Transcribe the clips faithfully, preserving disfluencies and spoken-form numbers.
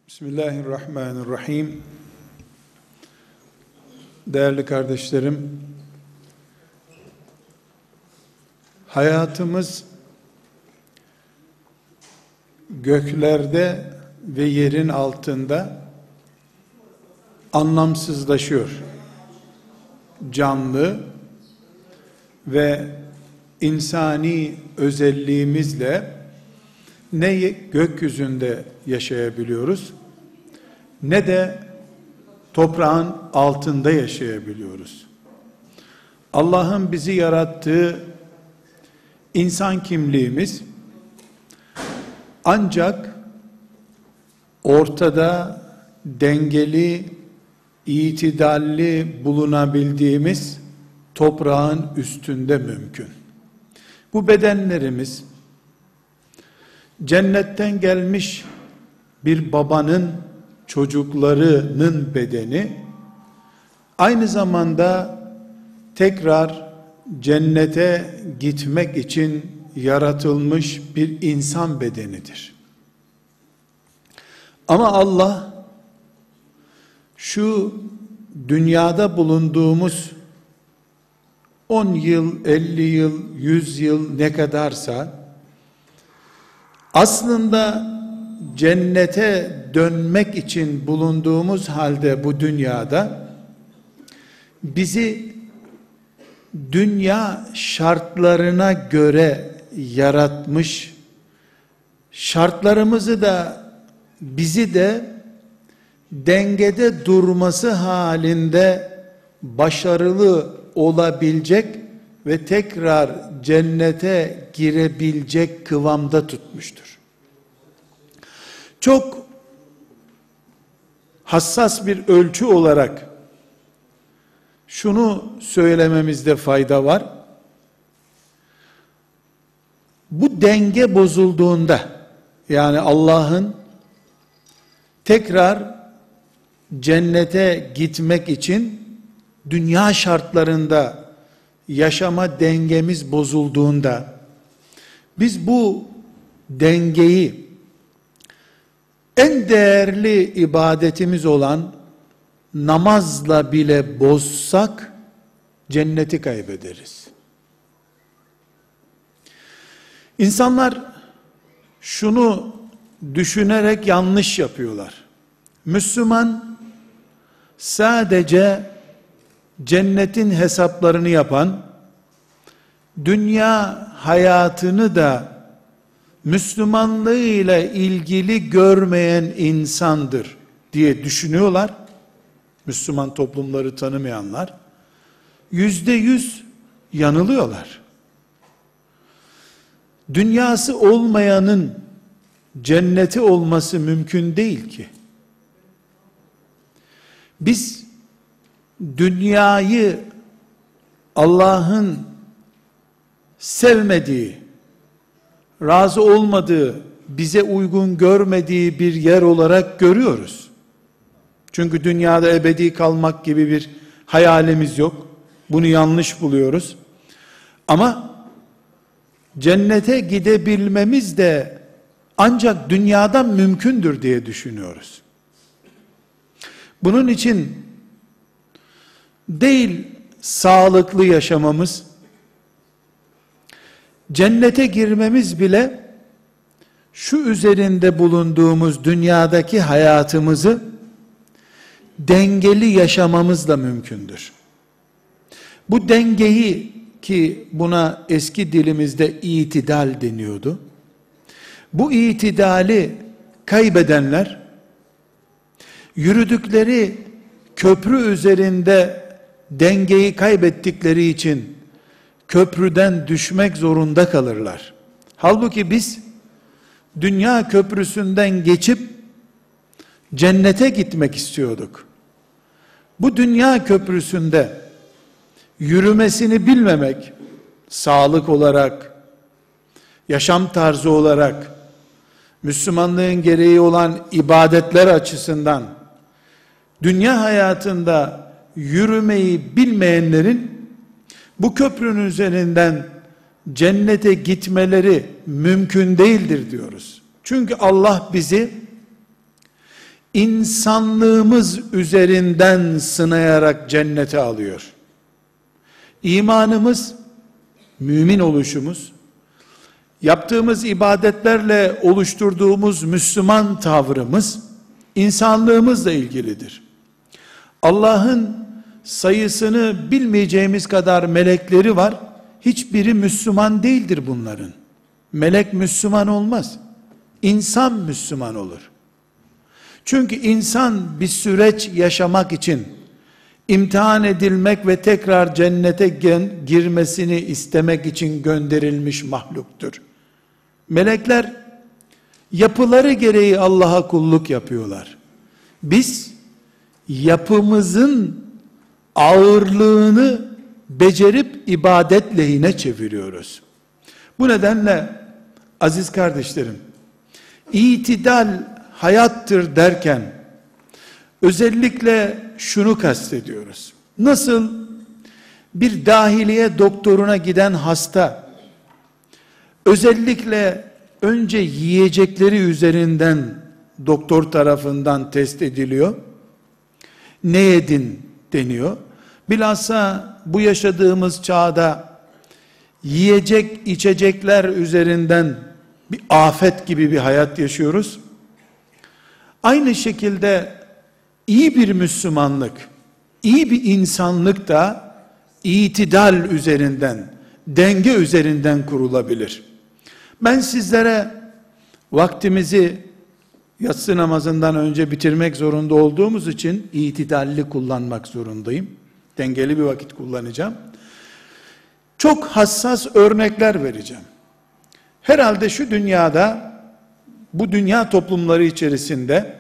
Bismillahirrahmanirrahim. Değerli kardeşlerim, hayatımız göklerde ve yerin altında anlamsızlaşıyor. Canlı ve insani özelliğimizle ne gökyüzünde yaşayabiliyoruz ne de toprağın altında yaşayabiliyoruz. Allah'ın bizi yarattığı insan kimliğimiz ancak ortada dengeli, itidalli bulunabildiğimiz toprağın üstünde mümkün. Bu bedenlerimiz cennetten gelmiş bir babanın çocuklarının bedeni, aynı zamanda tekrar cennete gitmek için yaratılmış bir insan bedenidir. Ama Allah şu dünyada bulunduğumuz on yıl, elli yıl, yüz yıl ne kadarsa aslında cennete dönmek için bulunduğumuz halde bu dünyada bizi dünya şartlarına göre yaratmış, şartlarımızı da bizi de dengede durması halinde başarılı olabilecek ve tekrar cennete girebilecek kıvamda tutmuştur. Çok hassas bir ölçü olarak şunu söylememizde fayda var. Bu denge bozulduğunda, yani Allah'ın tekrar cennete gitmek için dünya şartlarında yaşama dengemiz bozulduğunda, biz bu dengeyi en değerli ibadetimiz olan namazla bile bozsak cenneti kaybederiz. İnsanlar şunu düşünerek yanlış yapıyorlar. Müslüman sadece cennetin hesaplarını yapan, dünya hayatını da Müslümanlığıyla ilgili görmeyen insandır diye düşünüyorlar. Müslüman toplumları tanımayanlar yüzde yüz yanılıyorlar. Dünyası olmayanın cenneti olması mümkün değil ki. Biz dünyayı Allah'ın sevmediği, razı olmadığı, bize uygun görmediği bir yer olarak görüyoruz. Çünkü dünyada ebedi kalmak gibi bir hayalimiz yok. Bunu yanlış buluyoruz. Ama cennete gidebilmemiz de ancak dünyadan mümkündür diye düşünüyoruz. Bunun için değil sağlıklı yaşamamız, cennete girmemiz bile şu üzerinde bulunduğumuz dünyadaki hayatımızı dengeli yaşamamızla mümkündür. Bu dengeyi, ki buna eski dilimizde itidal deniyordu, bu itidali kaybedenler yürüdükleri köprü üzerinde dengeyi kaybettikleri için köprüden düşmek zorunda kalırlar. Halbuki biz dünya köprüsünden geçip cennete gitmek istiyorduk. Bu dünya köprüsünde yürümesini bilmemek, sağlık olarak, yaşam tarzı olarak, Müslümanlığın gereği olan ibadetler açısından, dünya hayatında yürümeyi bilmeyenlerin bu köprünün üzerinden cennete gitmeleri mümkün değildir diyoruz. Çünkü Allah bizi insanlığımız üzerinden sınayarak cennete alıyor. İmanımız, mümin oluşumuz, yaptığımız ibadetlerle oluşturduğumuz Müslüman tavrımız, insanlığımızla ilgilidir. Allah'ın sayısını bilmeyeceğimiz kadar melekleri var. Hiçbiri Müslüman değildir bunların. Melek Müslüman olmaz. İnsan Müslüman olur. Çünkü insan bir süreç yaşamak için imtihan edilmek ve tekrar cennete girmesini istemek için gönderilmiş mahluktur. Melekler yapıları gereği Allah'a kulluk yapıyorlar. Biz yapımızın ağırlığını becerip ibadet lehine çeviriyoruz. Bu nedenle aziz kardeşlerim, itidal hayattır derken özellikle şunu kastediyoruz. Nasıl bir dahiliye doktoruna giden hasta özellikle önce yiyecekleri üzerinden doktor tarafından test ediliyor. Ne yedin deniyor. Bilhassa bu yaşadığımız çağda yiyecek içecekler üzerinden bir afet gibi bir hayat yaşıyoruz. Aynı şekilde iyi bir Müslümanlık, iyi bir insanlık da itidal üzerinden, denge üzerinden kurulabilir. Ben sizlere vaktimizi yatsı namazından önce bitirmek zorunda olduğumuz için itidalli kullanmak zorundayım. Dengeli bir vakit kullanacağım. Çok hassas örnekler vereceğim. Herhalde şu dünyada, bu dünya toplumları içerisinde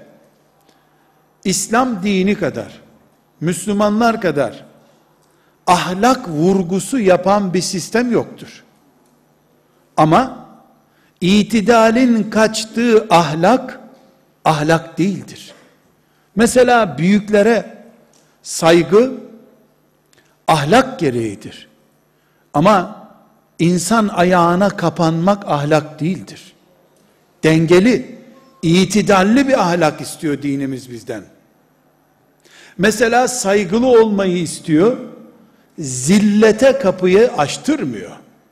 İslam dini kadar, Müslümanlar kadar ahlak vurgusu yapan bir sistem yoktur. Ama itidalin kaçtığı ahlak, ahlak değildir. Mesela büyüklere saygı, ahlak gereğidir. Ama insan ayağına kapanmak ahlak değildir. Dengeli, itidalli bir ahlak istiyor dinimiz bizden. Mesela saygılı olmayı istiyor, zillete kapıyı açtırmıyor.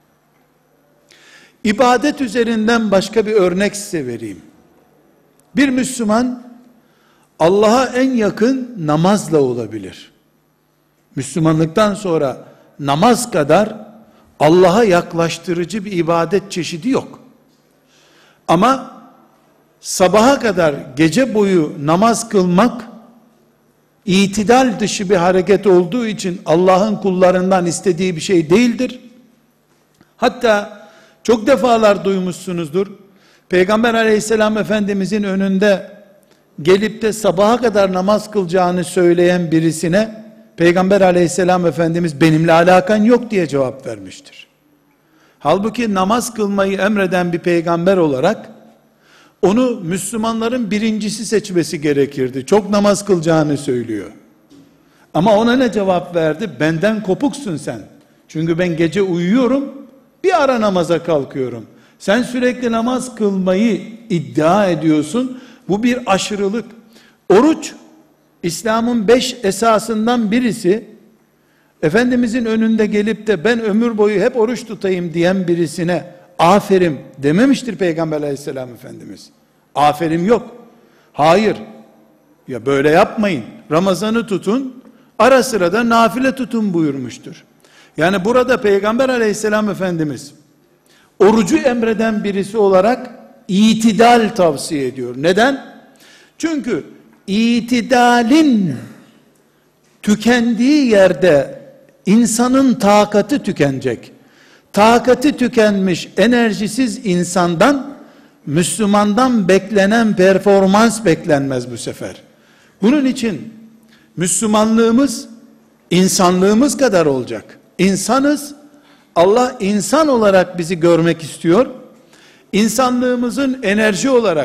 İbadet üzerinden başka bir örnek size vereyim. Bir Müslüman Allah'a en yakın namazla olabilir. Müslümanlıktan sonra namaz kadar Allah'a yaklaştırıcı bir ibadet çeşidi yok. Ama sabaha kadar gece boyu namaz kılmak itidal dışı bir hareket olduğu için Allah'ın kullarından istediği bir şey değildir. Hatta çok defalar duymuşsunuzdur. Peygamber aleyhisselam efendimizin önünde gelip de sabaha kadar namaz kılacağını söyleyen birisine Peygamber aleyhisselam efendimiz benimle alakan yok diye cevap vermiştir. Halbuki namaz kılmayı emreden bir peygamber olarak onu Müslümanların birincisi seçmesi gerekirdi. Çok namaz kılacağını söylüyor. Ama ona ne cevap verdi? Benden kopuksun sen. Çünkü ben gece uyuyorum, bir ara namaza kalkıyorum. Sen sürekli namaz kılmayı iddia ediyorsun. Bu bir aşırılık. Oruç, İslam'ın beş esasından birisi. Efendimizin önünde gelip de ben ömür boyu hep oruç tutayım diyen birisine aferin dememiştir Peygamber aleyhisselam Efendimiz. Aferin yok. Hayır. Ya böyle yapmayın. Ramazan'ı tutun, ara sıra da nafile tutun buyurmuştur. Yani burada Peygamber aleyhisselam Efendimiz orucu emreden birisi olarak itidal tavsiye ediyor. Neden? Çünkü itidalin tükendiği yerde insanın takatı tükenecek. Takatı tükenmiş, enerjisiz insandan Müslümandan beklenen performans beklenmez bu sefer. Bunun için Müslümanlığımız insanlığımız kadar olacak. İnsanız. Allah insan olarak bizi görmek istiyor. İnsanlığımızın enerji olarak,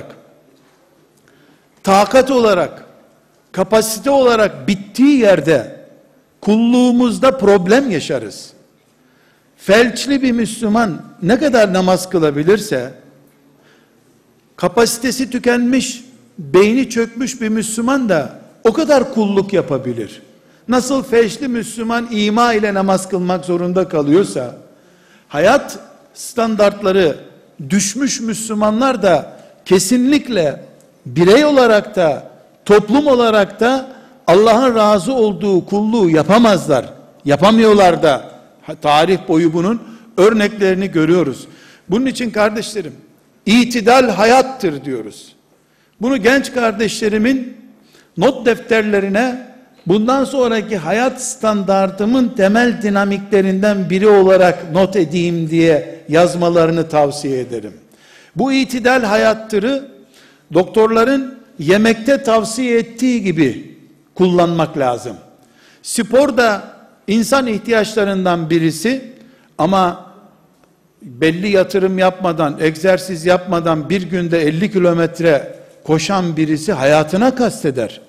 takat olarak, kapasite olarak bittiği yerde kulluğumuzda problem yaşarız. Felçli bir Müslüman ne kadar namaz kılabilirse, kapasitesi tükenmiş, beyni çökmüş bir Müslüman da o kadar kulluk yapabilir. Nasıl feşli Müslüman ima ile namaz kılmak zorunda kalıyorsa, hayat standartları düşmüş Müslümanlar da kesinlikle birey olarak da toplum olarak da Allah'ın razı olduğu kulluğu yapamazlar. Yapamıyorlar da. Tarih boyu bunun örneklerini görüyoruz. Bunun için kardeşlerim, itidal hayattır diyoruz. Bunu genç kardeşlerimin not defterlerine bundan sonraki hayat standartımın temel dinamiklerinden biri olarak not edeyim diye yazmalarını tavsiye ederim. Bu itidal hayattırı doktorların yemekte tavsiye ettiği gibi kullanmak lazım. Spor da insan ihtiyaçlarından birisi ama belli yatırım yapmadan, egzersiz yapmadan bir günde elli kilometre koşan birisi hayatına kasteder.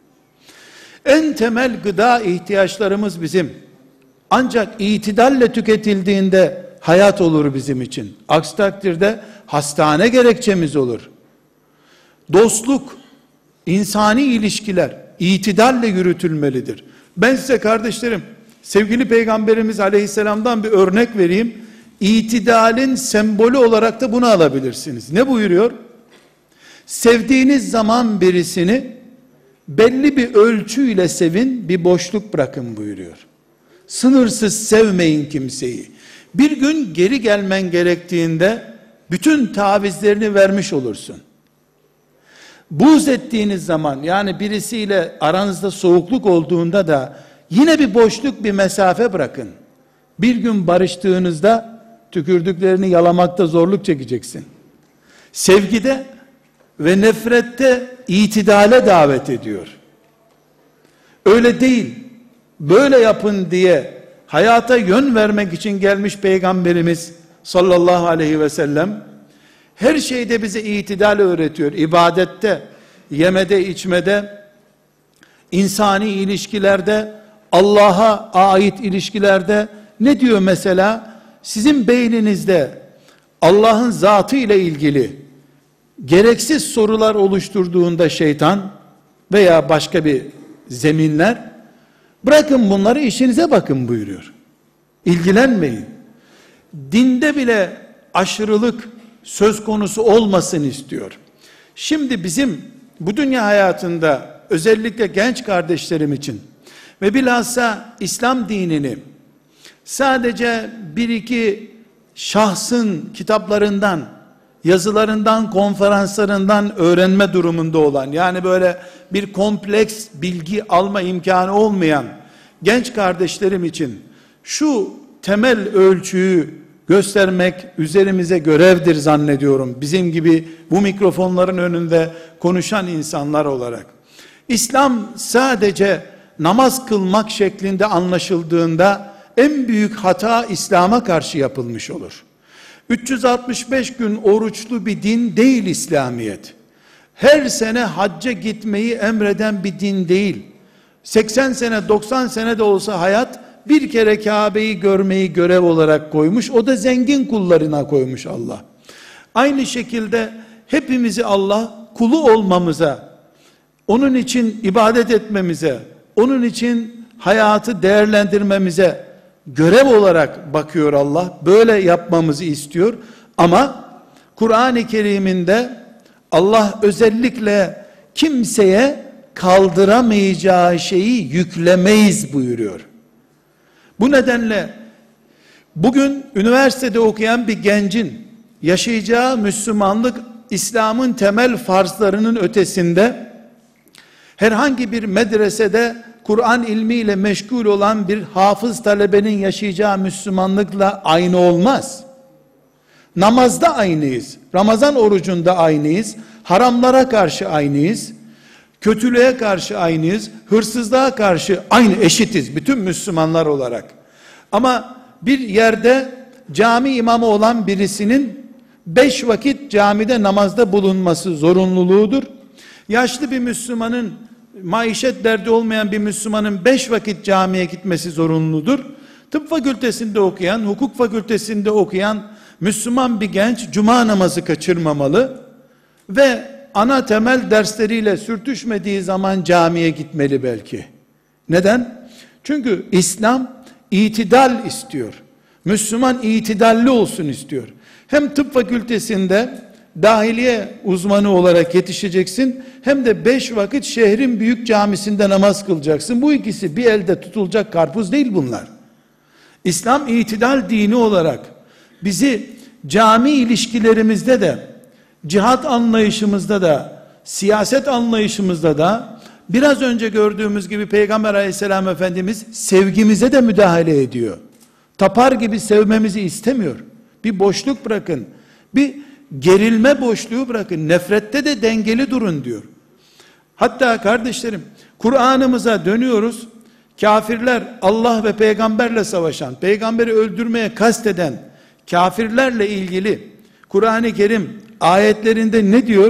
En temel gıda ihtiyaçlarımız bizim. Ancak itidalle tüketildiğinde hayat olur bizim için. Aksi takdirde hastane gerekçemiz olur. Dostluk, insani ilişkiler itidalle yürütülmelidir. Ben size kardeşlerim, sevgili Peygamberimiz Aleyhisselam'dan bir örnek vereyim. İtidalin sembolü olarak da bunu alabilirsiniz. Ne buyuruyor? Sevdiğiniz zaman birisini belli bir ölçüyle sevin, bir boşluk bırakın buyuruyor. Sınırsız sevmeyin kimseyi. Bir gün geri gelmen gerektiğinde bütün tavizlerini vermiş olursun. Buğz ettiğiniz zaman, yani birisiyle aranızda soğukluk olduğunda da yine bir boşluk, bir mesafe bırakın. Bir gün barıştığınızda tükürdüklerini yalamakta zorluk çekeceksin. Sevgide ve nefrette itidale davet ediyor. Öyle değil, böyle yapın diye hayata yön vermek için gelmiş Peygamberimiz sallallahu aleyhi ve sellem her şeyde bize itidal öğretiyor. İbadette, yemede, içmede, insani ilişkilerde, Allah'a ait ilişkilerde. Ne diyor mesela? Sizin beyninizde Allah'ın zatı ile ilgili gereksiz sorular oluşturduğunda şeytan veya başka bir zeminler, bırakın bunları, işinize bakın buyuruyor. İlgilenmeyin. Dinde bile aşırılık söz konusu olmasın istiyor. Şimdi bizim bu dünya hayatında özellikle genç kardeşlerim için ve bilhassa İslam dinini sadece bir iki şahsın kitaplarından, yazılarından, konferanslarından öğrenme durumunda olan, yani böyle bir kompleks bilgi alma imkanı olmayan genç kardeşlerim için şu temel ölçüyü göstermek üzerimize görevdir zannediyorum. Bizim gibi bu mikrofonların önünde konuşan insanlar olarak. İslam sadece namaz kılmak şeklinde anlaşıldığında en büyük hata İslam'a karşı yapılmış olur. üç yüz altmış beş gün oruçlu bir din değil İslamiyet. Her sene hacca gitmeyi emreden bir din değil. seksen sene, doksan sene de olsa hayat, bir kere Kabe'yi görmeyi görev olarak koymuş. O da zengin kullarına koymuş Allah. Aynı şekilde hepimizi Allah kulu olmamıza, onun için ibadet etmemize, onun için hayatı değerlendirmemize görev olarak bakıyor Allah. Böyle yapmamızı istiyor. Ama Kur'an-ı Kerim'inde Allah özellikle kimseye kaldıramayacağı şeyi yüklemeyiz buyuruyor. Bu nedenle bugün üniversitede okuyan bir gencin yaşayacağı Müslümanlık, İslam'ın temel farzlarının ötesinde herhangi bir medresede Kur'an ilmiyle meşgul olan bir hafız talebenin yaşayacağı Müslümanlıkla aynı olmaz. Namazda aynıyız. Ramazan orucunda aynıyız. Haramlara karşı aynıyız. Kötülüğe karşı aynıyız. Hırsızlığa karşı aynı, eşitiz bütün Müslümanlar olarak. Ama bir yerde cami imamı olan birisinin beş vakit camide namazda bulunması zorunluluğudur. Yaşlı bir Müslümanın, maişet derdi olmayan bir Müslümanın beş vakit camiye gitmesi zorunludur. Tıp fakültesinde okuyan, hukuk fakültesinde okuyan Müslüman bir genç cuma namazı kaçırmamalı ve ana temel dersleriyle sürtüşmediği zaman camiye gitmeli belki. Neden? Çünkü İslam itidal istiyor. Müslüman itidalli olsun istiyor. Hem tıp fakültesinde dahiliye uzmanı olarak yetişeceksin, hem de beş vakit şehrin büyük camisinde namaz kılacaksın. Bu ikisi bir elde tutulacak karpuz değil bunlar. İslam itidal dini olarak bizi cami ilişkilerimizde de, cihat anlayışımızda da, siyaset anlayışımızda da, biraz önce gördüğümüz gibi Peygamber aleyhisselam Efendimiz sevgimize de müdahale ediyor. Tapar gibi sevmemizi istemiyor. Bir boşluk bırakın. Bir gerilme boşluğu bırakın. Nefrette de dengeli durun diyor. Hatta kardeşlerim, Kur'an'ımıza dönüyoruz. Kafirler, Allah ve peygamberle savaşan, peygamberi öldürmeye kasteden kafirlerle ilgili Kur'an-ı Kerim ayetlerinde ne diyor?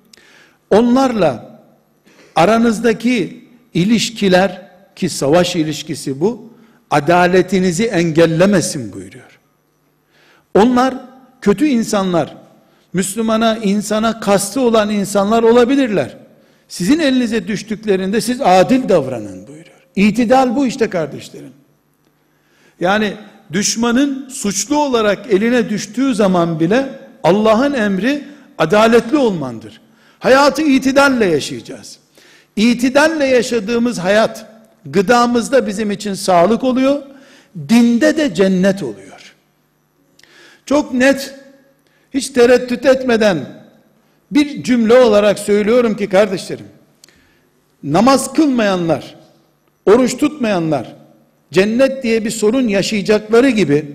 Onlarla aranızdaki ilişkiler, ki savaş ilişkisi bu, adaletinizi engellemesin buyuruyor. Onlar kötü insanlar, Müslümana, insana kastı olan insanlar olabilirler. Sizin elinize düştüklerinde siz adil davranın buyuruyor. İtidal bu işte kardeşlerim. Yani düşmanın suçlu olarak eline düştüğü zaman bile Allah'ın emri adaletli olmandır. Hayatı itidalle yaşayacağız. İtidalle yaşadığımız hayat gıdamızda bizim için sağlık oluyor, dinde de cennet oluyor. Çok net, hiç tereddüt etmeden bir cümle olarak söylüyorum ki kardeşlerim, namaz kılmayanlar, oruç tutmayanlar, cennet diye bir sorun yaşayacakları gibi,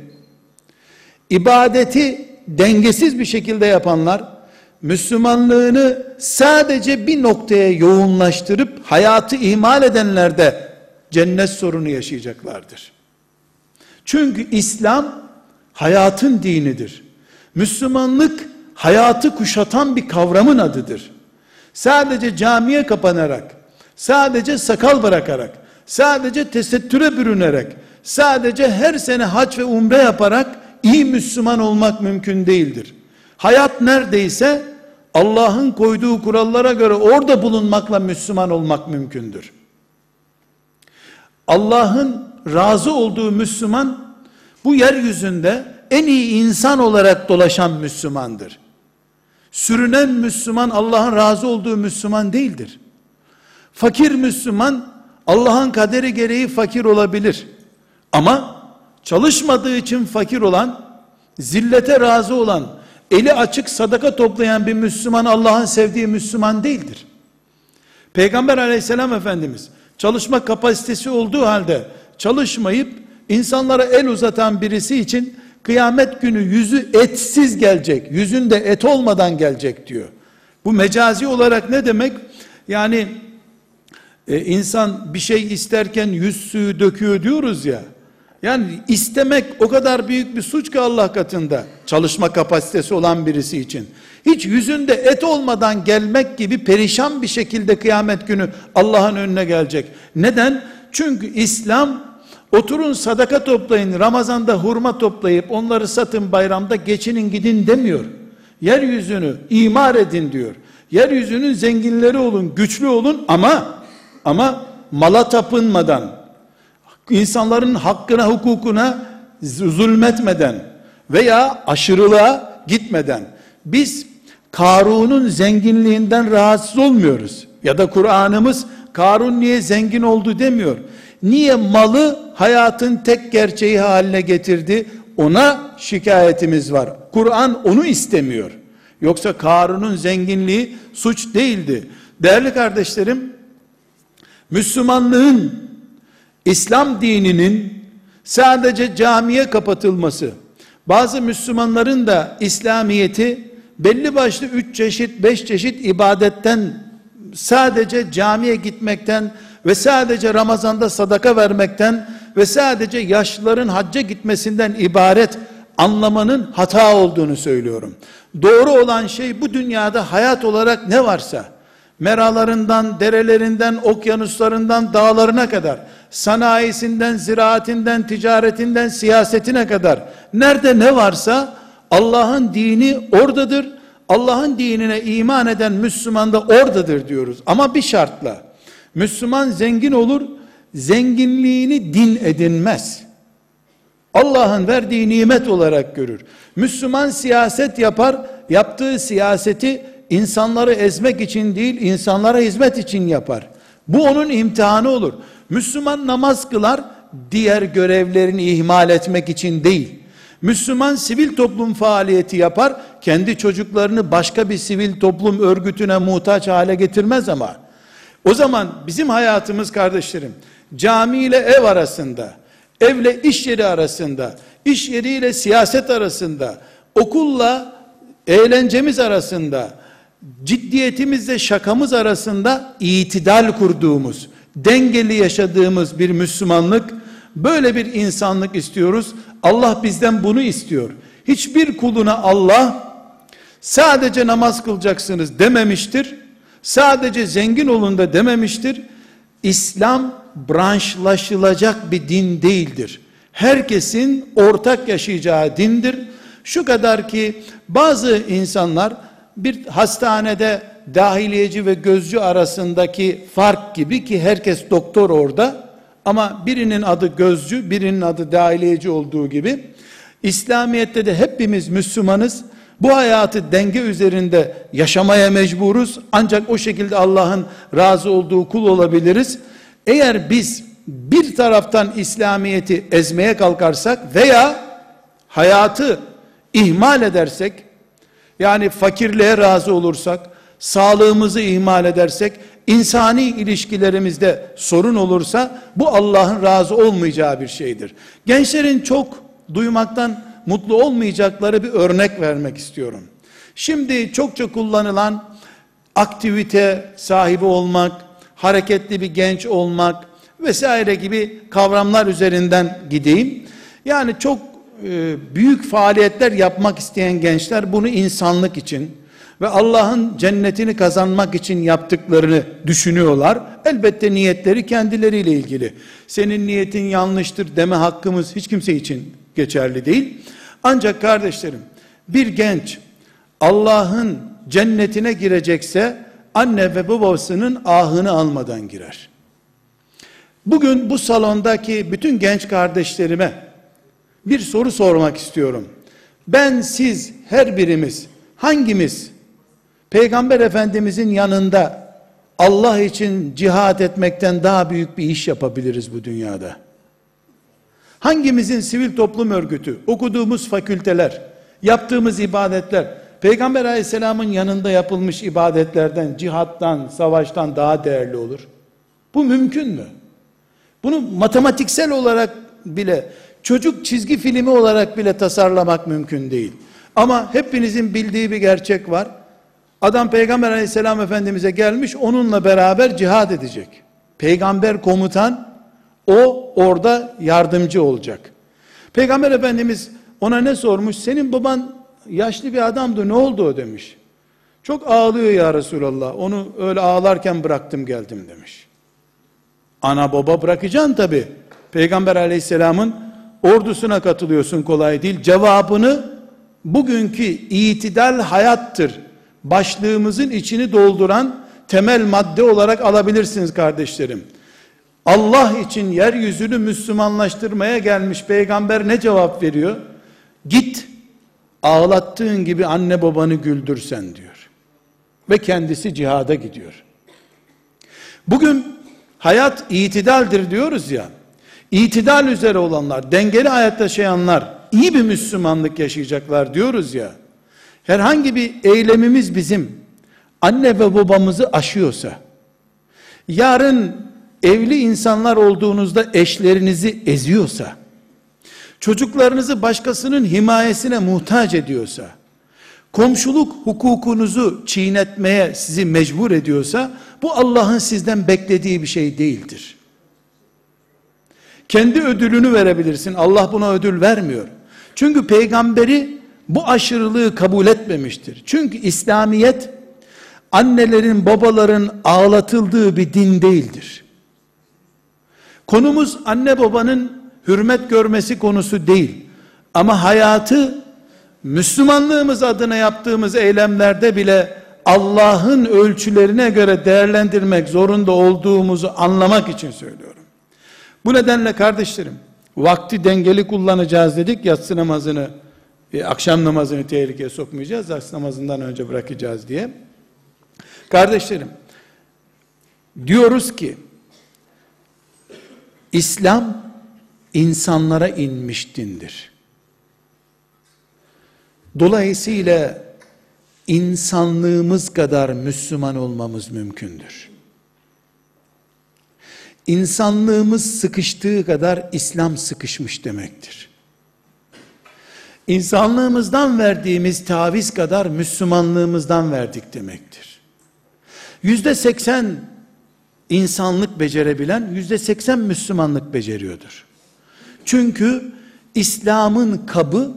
ibadeti dengesiz bir şekilde yapanlar, Müslümanlığını sadece bir noktaya yoğunlaştırıp, hayatı ihmal edenler de cennet sorunu yaşayacaklardır. Çünkü İslam, hayatın dinidir. Müslümanlık, hayatı kuşatan bir kavramın adıdır. Sadece camiye kapanarak, sadece sakal bırakarak, sadece tesettüre bürünerek, sadece her sene hac ve umre yaparak iyi Müslüman olmak mümkün değildir. Hayat neredeyse Allah'ın koyduğu kurallara göre orada bulunmakla Müslüman olmak mümkündür. Allah'ın razı olduğu Müslüman, bu yeryüzünde en iyi insan olarak dolaşan Müslümandır. Sürünen Müslüman, Allah'ın razı olduğu Müslüman değildir. Fakir Müslüman, Allah'ın kaderi gereği fakir olabilir. Ama çalışmadığı için fakir olan, zillete razı olan, eli açık sadaka toplayan bir Müslüman, Allah'ın sevdiği Müslüman değildir. Peygamber aleyhisselam Efendimiz, çalışma kapasitesi olduğu halde, çalışmayıp, insanlara el uzatan birisi için, kıyamet günü yüzü etsiz gelecek, yüzünde et olmadan gelecek diyor. Bu mecazi olarak ne demek? Yani, e, insan bir şey isterken yüz suyu döküyor diyoruz ya, yani istemek o kadar büyük bir suç ki Allah katında, çalışma kapasitesi olan birisi için. Hiç yüzünde et olmadan gelmek gibi perişan bir şekilde kıyamet günü Allah'ın önüne gelecek. Neden? Çünkü İslam, oturun sadaka toplayın, Ramazan'da hurma toplayıp onları satın, bayramda geçinin gidin demiyor. Yeryüzünü imar edin diyor. Yeryüzünün zenginleri olun, güçlü olun ama ama mala tapınmadan, insanların hakkına, hukukuna zulmetmeden veya aşırılığa gitmeden. Biz Karun'un zenginliğinden rahatsız olmuyoruz. Ya da Kur'an'ımız Karun niye zengin oldu demiyor. Niye malı hayatın tek gerçeği haline getirdi? Ona şikayetimiz var. Kur'an onu istemiyor. Yoksa Karun'un zenginliği suç değildi. Değerli kardeşlerim, Müslümanlığın, İslam dininin sadece camiye kapatılması, bazı Müslümanların da İslamiyeti belli başlı üç çeşit, beş çeşit ibadetten, sadece camiye gitmekten ve sadece Ramazan'da sadaka vermekten ve sadece yaşlıların hacca gitmesinden ibaret anlamanın hata olduğunu söylüyorum. Doğru olan şey, bu dünyada hayat olarak ne varsa, meralarından, derelerinden, okyanuslarından, dağlarına kadar, sanayisinden, ziraatinden, ticaretinden, siyasetine kadar, nerede ne varsa Allah'ın dini oradadır. Allah'ın dinine iman eden Müslüman da oradadır diyoruz. Ama bir şartla. Müslüman zengin olur, zenginliğini din edinmez. Allah'ın verdiği nimet olarak görür. Müslüman siyaset yapar, yaptığı siyaseti insanları ezmek için değil, insanlara hizmet için yapar. Bu onun imtihanı olur. Müslüman namaz kılar, diğer görevlerini ihmal etmek için değil. Müslüman sivil toplum faaliyeti yapar, kendi çocuklarını başka bir sivil toplum örgütüne muhtaç hale getirmez ama. O zaman bizim hayatımız kardeşlerim, cami ile ev arasında, evle iş yeri arasında, iş yeriyle siyaset arasında, okulla eğlencemiz arasında, ciddiyetimizle şakamız arasında itidal kurduğumuz, dengeli yaşadığımız bir Müslümanlık, böyle bir insanlık istiyoruz. Allah bizden bunu istiyor. Hiçbir kuluna Allah sadece namaz kılacaksınız dememiştir. Sadece zengin olun da dememiştir. İslam branşlaşılacak bir din değildir. Herkesin ortak yaşayacağı dindir. Şu kadar ki bazı insanlar bir hastanede dahiliyeci ve gözcü arasındaki fark gibi, ki herkes doktor orada, ama birinin adı gözcü, birinin adı dahiliyeci olduğu gibi, İslamiyet'te de hepimiz Müslümanız. Bu hayatı denge üzerinde yaşamaya mecburuz. Ancak o şekilde Allah'ın razı olduğu kul olabiliriz. Eğer biz bir taraftan İslamiyet'i ezmeye kalkarsak veya hayatı ihmal edersek, yani fakirliğe razı olursak, sağlığımızı ihmal edersek, insani ilişkilerimizde sorun olursa, bu Allah'ın razı olmayacağı bir şeydir. Gençlerin çok duymaktan mutlu olmayacakları bir örnek vermek istiyorum. Şimdi çokça kullanılan aktivite sahibi olmak, hareketli bir genç olmak vesaire gibi kavramlar üzerinden gideyim. Yani çok e, büyük faaliyetler yapmak isteyen gençler bunu insanlık için ve Allah'ın cennetini kazanmak için yaptıklarını düşünüyorlar. Elbette niyetleri kendileriyle ilgili. Senin niyetin yanlıştır deme hakkımız hiç kimse için geçerli değil. Ancak kardeşlerim, bir genç Allah'ın cennetine girecekse anne ve babasının ahını almadan girer. Bugün bu salondaki bütün genç kardeşlerime bir soru sormak istiyorum. Ben, siz, her birimiz, hangimiz Peygamber Efendimizin yanında Allah için cihad etmekten daha büyük bir iş yapabiliriz bu dünyada? Hangimizin sivil toplum örgütü, okuduğumuz fakülteler, yaptığımız ibadetler, Peygamber Aleyhisselam'ın yanında yapılmış ibadetlerden, cihattan, savaştan daha değerli olur? Bu mümkün mü? Bunu matematiksel olarak bile, çocuk çizgi filmi olarak bile tasarlamak mümkün değil. Ama hepinizin bildiği bir gerçek var. Adam Peygamber Aleyhisselam Efendimiz'e gelmiş, onunla beraber cihad edecek. Peygamber komutan, o orada yardımcı olacak. Peygamber Efendimiz ona ne sormuş? Senin baban yaşlı bir adamdı, ne oldu o demiş. Çok ağlıyor ya Resulallah, onu öyle ağlarken bıraktım geldim demiş. Ana baba bırakacaksın tabi. Peygamber Aleyhisselam'ın ordusuna katılıyorsun, kolay değil. Cevabını bugünkü itidal hayattır başlığımızın içini dolduran temel madde olarak alabilirsiniz kardeşlerim. Allah için yeryüzünü Müslümanlaştırmaya gelmiş peygamber ne cevap veriyor? Git, ağlattığın gibi anne babanı güldürsen diyor. Ve kendisi cihada gidiyor. Bugün hayat itidaldir diyoruz ya. İtidal üzere olanlar, dengeli hayat yaşayanlar iyi bir Müslümanlık yaşayacaklar diyoruz ya. Herhangi bir eylemimiz bizim anne ve babamızı aşıyorsa, yarın evli insanlar olduğunuzda eşlerinizi eziyorsa, çocuklarınızı başkasının himayesine muhtaç ediyorsa, komşuluk hukukunuzu çiğnetmeye sizi mecbur ediyorsa, bu Allah'ın sizden beklediği bir şey değildir. Kendi ödülünü verebilirsin. Allah buna ödül vermiyor. Çünkü peygamberi bu aşırılığı kabul etmemiştir. Çünkü İslamiyet annelerin, babaların ağlatıldığı bir din değildir. Konumuz anne babanın hürmet görmesi konusu değil. Ama hayatı Müslümanlığımız adına yaptığımız eylemlerde bile Allah'ın ölçülerine göre değerlendirmek zorunda olduğumuzu anlamak için söylüyorum. Bu nedenle kardeşlerim, vakti dengeli kullanacağız dedik, yatsı namazını, e, akşam namazını tehlikeye sokmayacağız, yatsı namazından önce bırakacağız diye. Kardeşlerim, diyoruz ki, İslam insanlara inmiş dindir. Dolayısıyla insanlığımız kadar Müslüman olmamız mümkündür. İnsanlığımız sıkıştığı kadar İslam sıkışmış demektir. İnsanlığımızdan verdiğimiz taviz kadar Müslümanlığımızdan verdik demektir. Yüzde seksen insanlık becerebilen, yüzde seksen Müslümanlık beceriyordur. Çünkü İslam'ın kabı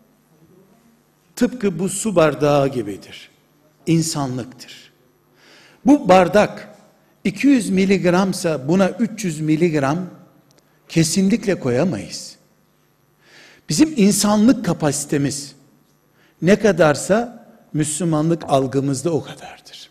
tıpkı bu su bardağı gibidir. İnsanlıktır. Bu bardak iki yüz miligramsa buna üç yüz miligram kesinlikle koyamayız. Bizim insanlık kapasitemiz ne kadarsa Müslümanlık algımızda o kadardır.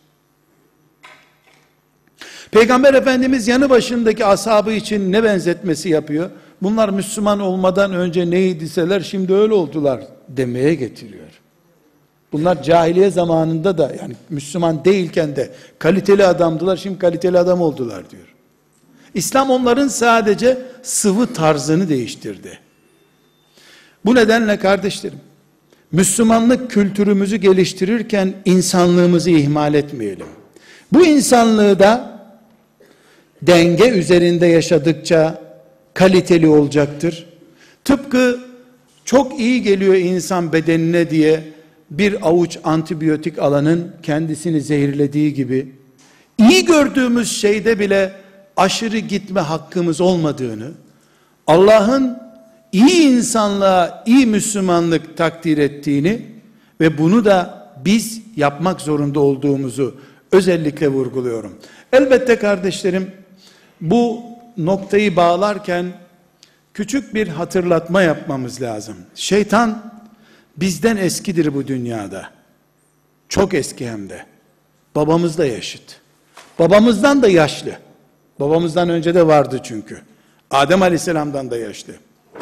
Peygamber Efendimiz yanı başındaki ashabı için ne benzetmesi yapıyor? Bunlar Müslüman olmadan önce neydiseler şimdi öyle oldular demeye getiriyor. Bunlar cahiliye zamanında da, yani Müslüman değilken de kaliteli adamdılar, şimdi kaliteli adam oldular diyor. İslam onların sadece sıvı tarzını değiştirdi. Bu nedenle kardeşlerim, Müslümanlık kültürümüzü geliştirirken insanlığımızı ihmal etmeyelim. Bu insanlığı da denge üzerinde yaşadıkça kaliteli olacaktır. Tıpkı çok iyi geliyor insan bedenine diye bir avuç antibiyotik alanın kendisini zehirlediği gibi, iyi gördüğümüz şeyde bile aşırı gitme hakkımız olmadığını, Allah'ın iyi insanlığa iyi Müslümanlık takdir ettiğini ve bunu da biz yapmak zorunda olduğumuzu özellikle vurguluyorum. Elbette kardeşlerim, bu noktayı bağlarken küçük bir hatırlatma yapmamız lazım. Şeytan bizden eskidir bu dünyada. Çok eski hem de. Babamızla yaşıt. Babamızdan da yaşlı. Babamızdan önce de vardı çünkü. Adem Aleyhisselam'dan da yaşlı.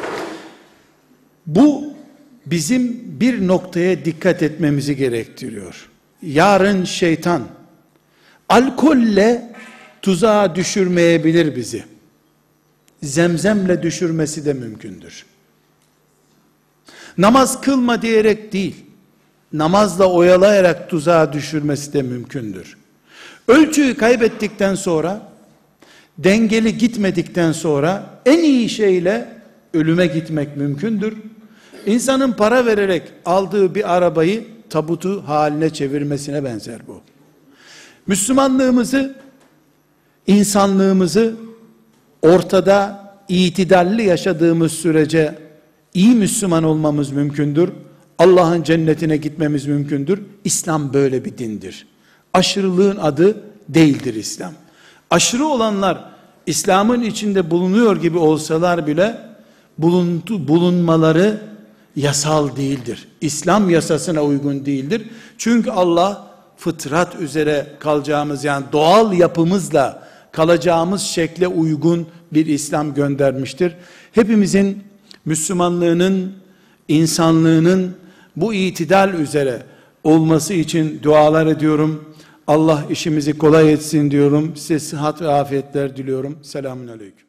Bu bizim bir noktaya dikkat etmemizi gerektiriyor. Yarın şeytan alkolle tuzağa düşürmeyebilir bizi. Zemzemle düşürmesi de mümkündür. Namaz kılma diyerek değil, namazla oyalayarak tuzağa düşürmesi de mümkündür. Ölçüyü kaybettikten sonra, dengeli gitmedikten sonra en iyi şeyle ölüme gitmek mümkündür. İnsanın para vererek aldığı bir arabayı tabutu haline çevirmesine benzer bu. Müslümanlığımızı, insanlığımızı ortada itidalli yaşadığımız sürece iyi Müslüman olmamız mümkündür. Allah'ın cennetine gitmemiz mümkündür. İslam böyle bir dindir. Aşırılığın adı değildir İslam. Aşırı olanlar İslam'ın içinde bulunuyor gibi olsalar bile bulundu, bulunmaları yasal değildir. İslam yasasına uygun değildir. Çünkü Allah fıtrat üzere kalacağımız, yani doğal yapımızla kalacağımız şekle uygun bir İslam göndermiştir. Hepimizin Müslümanlığının, insanlığının bu itidal üzere olması için dualar ediyorum. Allah işimizi kolay etsin diyorum. Size sıhhat ve afiyetler diliyorum. Selamun aleyküm.